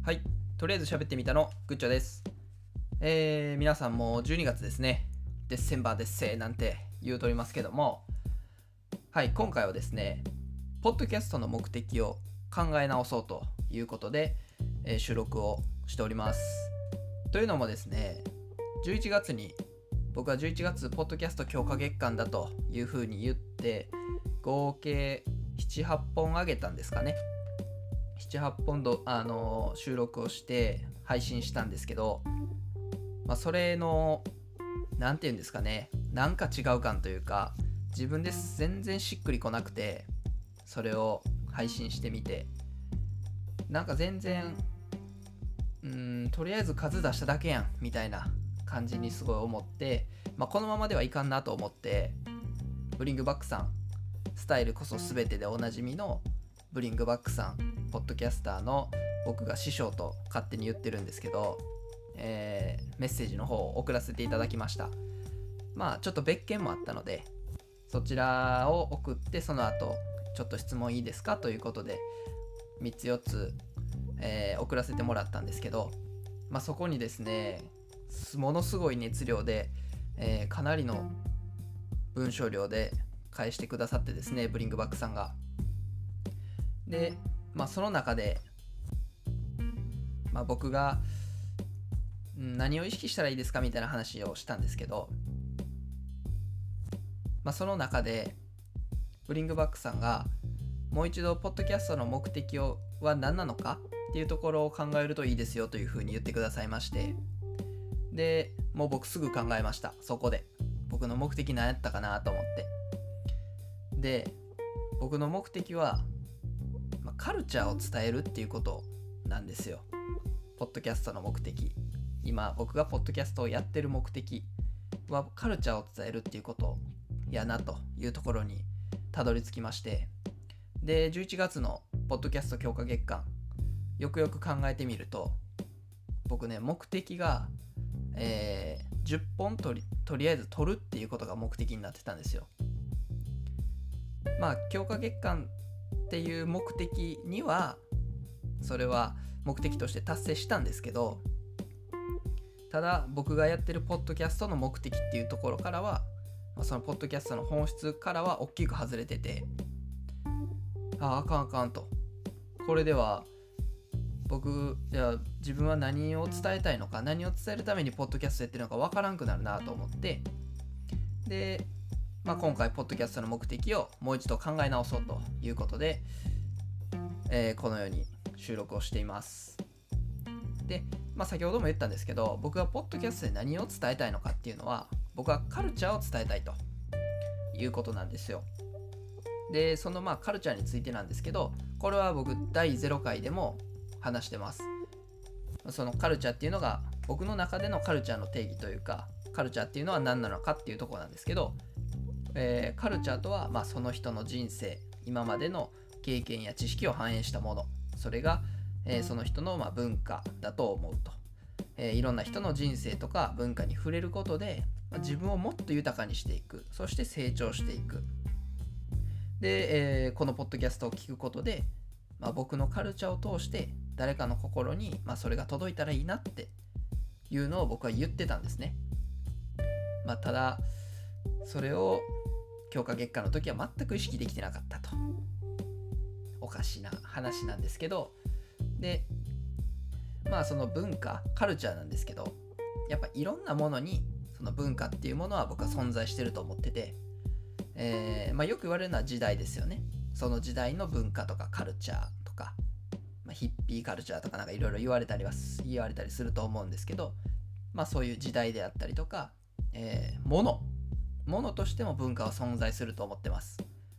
はい、とりあえず喋ってみたのグッチョです。皆さんもう12月ですね。デッセンバーデッセーなんて言うとりますけども、はい、今回はですね、ポッドキャストの目的を考え直そうということで、収録をしております。というのもですね、11月に僕は11月ポッドキャスト強化月間だというふうに言って、合計7、8本上げたんですかね。7、8本収録をして配信したんですけど、それのなんていうんですかね、なんか違う感というか、自分で全然しっくりこなくて、それを配信してみて、なんか全然とりあえず数出しただけやんみたいな感じにすごい思って、このままではいかんなと思って、ブリングバックさん、スタイルこそ全てでおなじみのブリングバックさん、ポッドキャスターの僕が師匠と勝手に言ってるんですけど、メッセージの方を送らせていただきました。ちょっと別件もあったので、そちらを送って、その後ちょっと質問いいですかということで3つ4つ、送らせてもらったんですけど、そこにですね、ものすごい熱量で、かなりの文章量で返してくださってですね、ブリングバックさんが。で、その中で、僕が何を意識したらいいですかみたいな話をしたんですけど、その中でブリングバックさんがもう一度ポッドキャストの目的は何なのかっていうところを考えるといいですよというふうに言ってくださいまして、でもう僕すぐ考えました。そこで僕の目的何やったかなと思って、で僕の目的は、カルチャーを伝えるっていうことなんですよ。ポッドキャストの目的、今僕がポッドキャストをやってる目的はカルチャーを伝えるっていうことやなというところにたどり着きまして、で11月のポッドキャスト強化月間、よくよく考えてみると、僕ね、目的が、10本とりあえず取るっていうことが目的になってたんですよ。強化月間っていう目的には、それは目的として達成したんですけど、ただ僕がやってるポッドキャストの目的っていうところからは、そのポッドキャストの本質からは大きく外れてて、あかんあかんと、これでは自分は何を伝えたいのか、何を伝えるためにポッドキャストやってるのか分からんくなるなと思って、で、今回ポッドキャストの目的をもう一度考え直そうということで、このように収録をしています。で、先ほども言ったんですけど、僕がポッドキャストで何を伝えたいのかっていうのは、僕はカルチャーを伝えたいということなんですよ。で、そのカルチャーについてなんですけど、これは僕第0回でも話してます。そのカルチャーっていうのが僕の中でのカルチャーの定義というか、カルチャーっていうのは何なのかっていうところなんですけど、カルチャーとは、その人の人生、今までの経験や知識を反映したもの、それが、その人の文化だと思うと、いろんな人の人生とか文化に触れることで、自分をもっと豊かにしていく、そして成長していく。で、このポッドキャストを聞くことで、僕のカルチャーを通して誰かの心に、それが届いたらいいなっていうのを僕は言ってたんですね。ただそれを強化月間の時は全く意識できてなかったと。おかしな話なんですけど、でその文化、カルチャーなんですけど、やっぱいろんなものにその文化っていうものは僕は存在してると思ってて、よく言われるのは時代ですよね。その時代の文化とかカルチャーとか、ヒッピーカルチャーとかなんかいろいろ言われたりすると思うんですけど、そういう時代であったりとか、ものとしても文化は存在すると思ってます。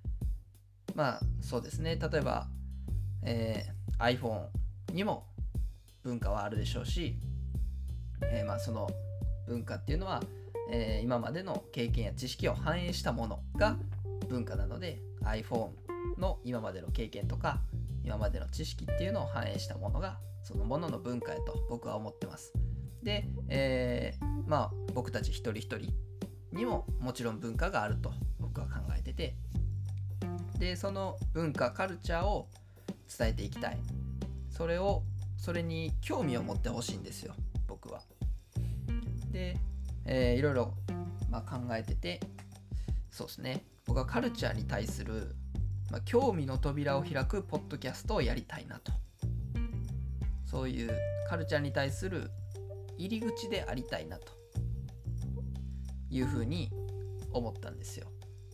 そうですね、例えば、iPhone にも文化はあるでしょうし、その文化っていうのは、今までの経験や知識を反映したものが文化なので、 iPhone の今までの経験とか今までの知識っていうのを反映したものがそのものの文化やと僕は思ってます。で、僕たち一人一人にももちろん文化があると僕は考えてて、でその文化カルチャーを伝えていきたい、それをそれに興味を持ってほしいんですよ、僕は。で、いろいろ、考えてて、そうですね、僕はカルチャーに対する、興味の扉を開くポッドキャストをやりたいなと。そういうカルチャーに対する入り口でありたいなというふうに思ったんですよ。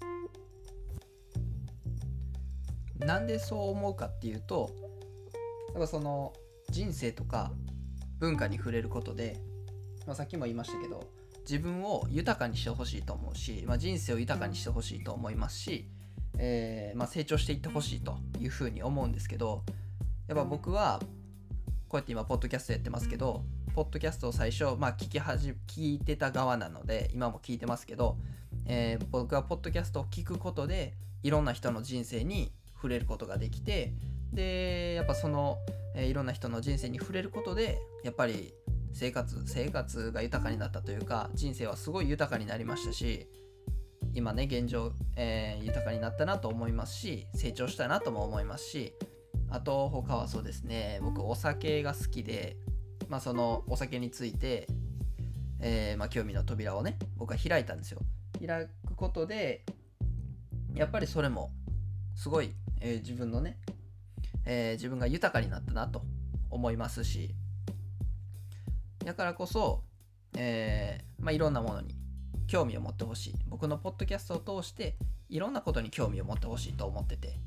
なんでそう思うかっていうと、やっぱその人生とか文化に触れることで、さっきも言いましたけど、自分を豊かにしてほしいと思うし、人生を豊かにしてほしいと思いますし、成長していってほしいというふうに思うんですけど、やっぱ僕はこうやって今ポッドキャストやってますけど、ポッドキャストを最初、聞いてた側なので今も聞いてますけど、僕はポッドキャストを聞くことでいろんな人の人生に触れることができて、でやっぱその、いろんな人の人生に触れることでやっぱり生活が豊かになったというか、人生はすごい豊かになりましたし、今ね現状、豊かになったなと思いますし、成長したなとも思いますし、あと他はそうですね、僕お酒が好きで、そのお酒について、興味の扉をね僕は開いたんですよ。開くことでやっぱりそれもすごい、自分のね、自分が豊かになったなと思いますし、だからこそ、いろんなものに興味を持ってほしい。僕のポッドキャストを通していろんなことに興味を持ってほしいと思ってて、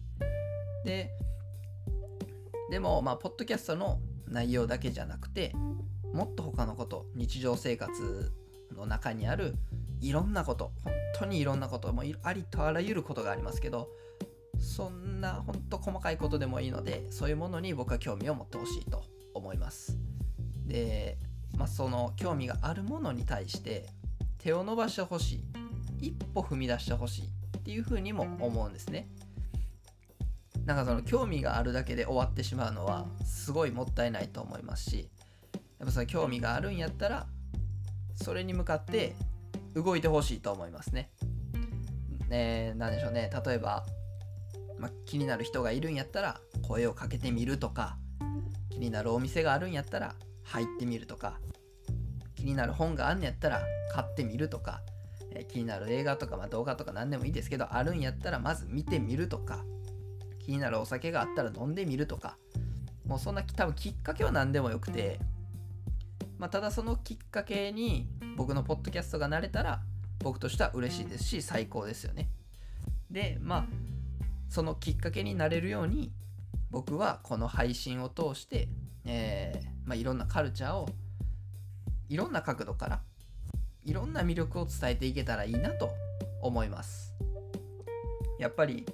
でもポッドキャストの内容だけじゃなくて、もっと他のこと、日常生活の中にあるいろんなこと、本当にいろんなこと、もうありとあらゆることがありますけど、そんな本当細かいことでもいいので、そういうものに僕は興味を持ってほしいと思います。で、その興味があるものに対して手を伸ばしてほしい、一歩踏み出してほしいっていうふうにも思うんですね。その興味があるだけで終わってしまうのはすごいもったいないと思いますし、やっぱその興味があるんやったらそれに向かって動いてほしいと思いますね。なんでしょうね、例えば、気になる人がいるんやったら声をかけてみるとか、気になるお店があるんやったら入ってみるとか、気になる本があんやったら買ってみるとか、気になる映画とか、動画とか何でもいいですけど、あるんやったらまず見てみるとか、気になるお酒があったら飲んでみるとか、もうそんな多分きっかけは何でもよくて、ただそのきっかけに僕のポッドキャストがなれたら僕としては嬉しいですし、最高ですよね。でそのきっかけになれるように僕はこの配信を通して、いろんなカルチャーをいろんな角度からいろんな魅力を伝えていけたらいいなと思います。やっぱり、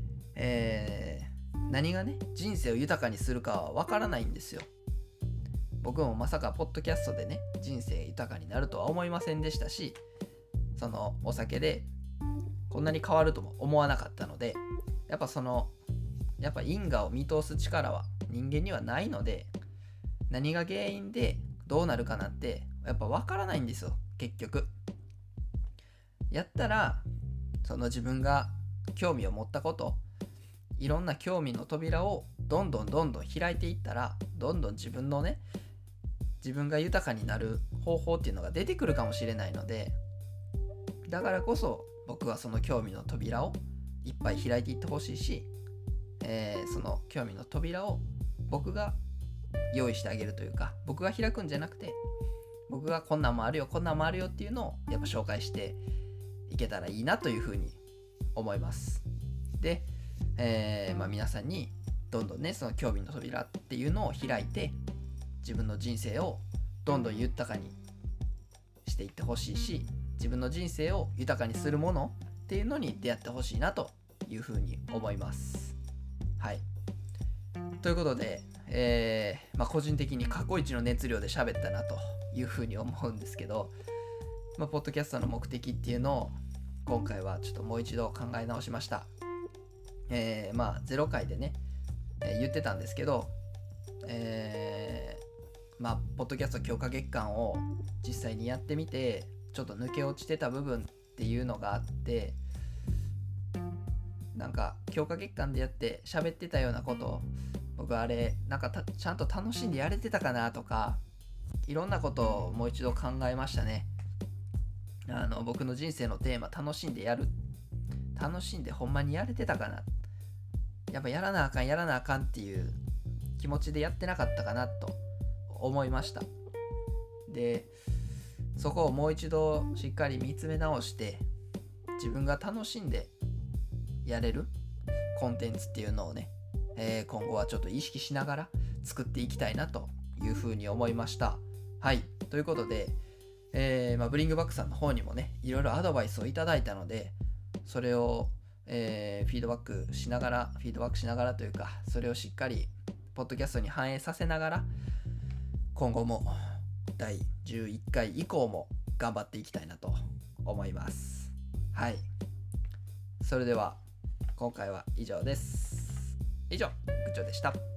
何がね人生を豊かにするかはわからないんですよ。僕もまさかポッドキャストでね人生豊かになるとは思いませんでしたし、そのお酒でこんなに変わるとも思わなかったので、やっぱ因果を見通す力は人間にはないので、何が原因でどうなるかなんてやっぱ分からないんですよ。結局やったらその自分が興味を持ったこと、いろんな興味の扉をどんどん開いていったら、どんどん自分が豊かになる方法っていうのが出てくるかもしれないので、だからこそ僕はその興味の扉をいっぱい開いていってほしいし、その興味の扉を僕が用意してあげるというか、僕が開くんじゃなくて、僕がこんなんもあるよっていうのをやっぱ紹介していけたらいいなというふうに思います。で、皆さんにどんどんねその興味の扉っていうのを開いて、自分の人生をどんどん豊かにしていってほしいし、自分の人生を豊かにするものっていうのに出会ってほしいなというふうに思います。はい。ということで、個人的に過去一の熱量で喋ったなというふうに思うんですけど、ポッドキャストの目的っていうのを今回はちょっともう一度考え直しました。0回でね、言ってたんですけど、ポッドキャスト強化月間を実際にやってみて、ちょっと抜け落ちてた部分っていうのがあって、強化月間でやって喋ってたようなこと僕あれなんかちゃんと楽しんでやれてたかなとか、いろんなことをもう一度考えましたね。僕の人生のテーマ、楽しんでやる、楽しんでほんまにやれてたかな、やっぱやらなあかんやらなあかんっていう気持ちでやってなかったかなと思いました。でそこをもう一度しっかり見つめ直して、自分が楽しんでやれるコンテンツっていうのをね、今後はちょっと意識しながら作っていきたいなというふうに思いました。はい、ということで、ブリングバックさんの方にもねいろいろアドバイスをいただいたので、それを、フィードバックしながらというか、それをしっかりポッドキャストに反映させながら、今後も第11回以降も頑張っていきたいなと思います。はい、それでは今回は以上です。以上、部長でした。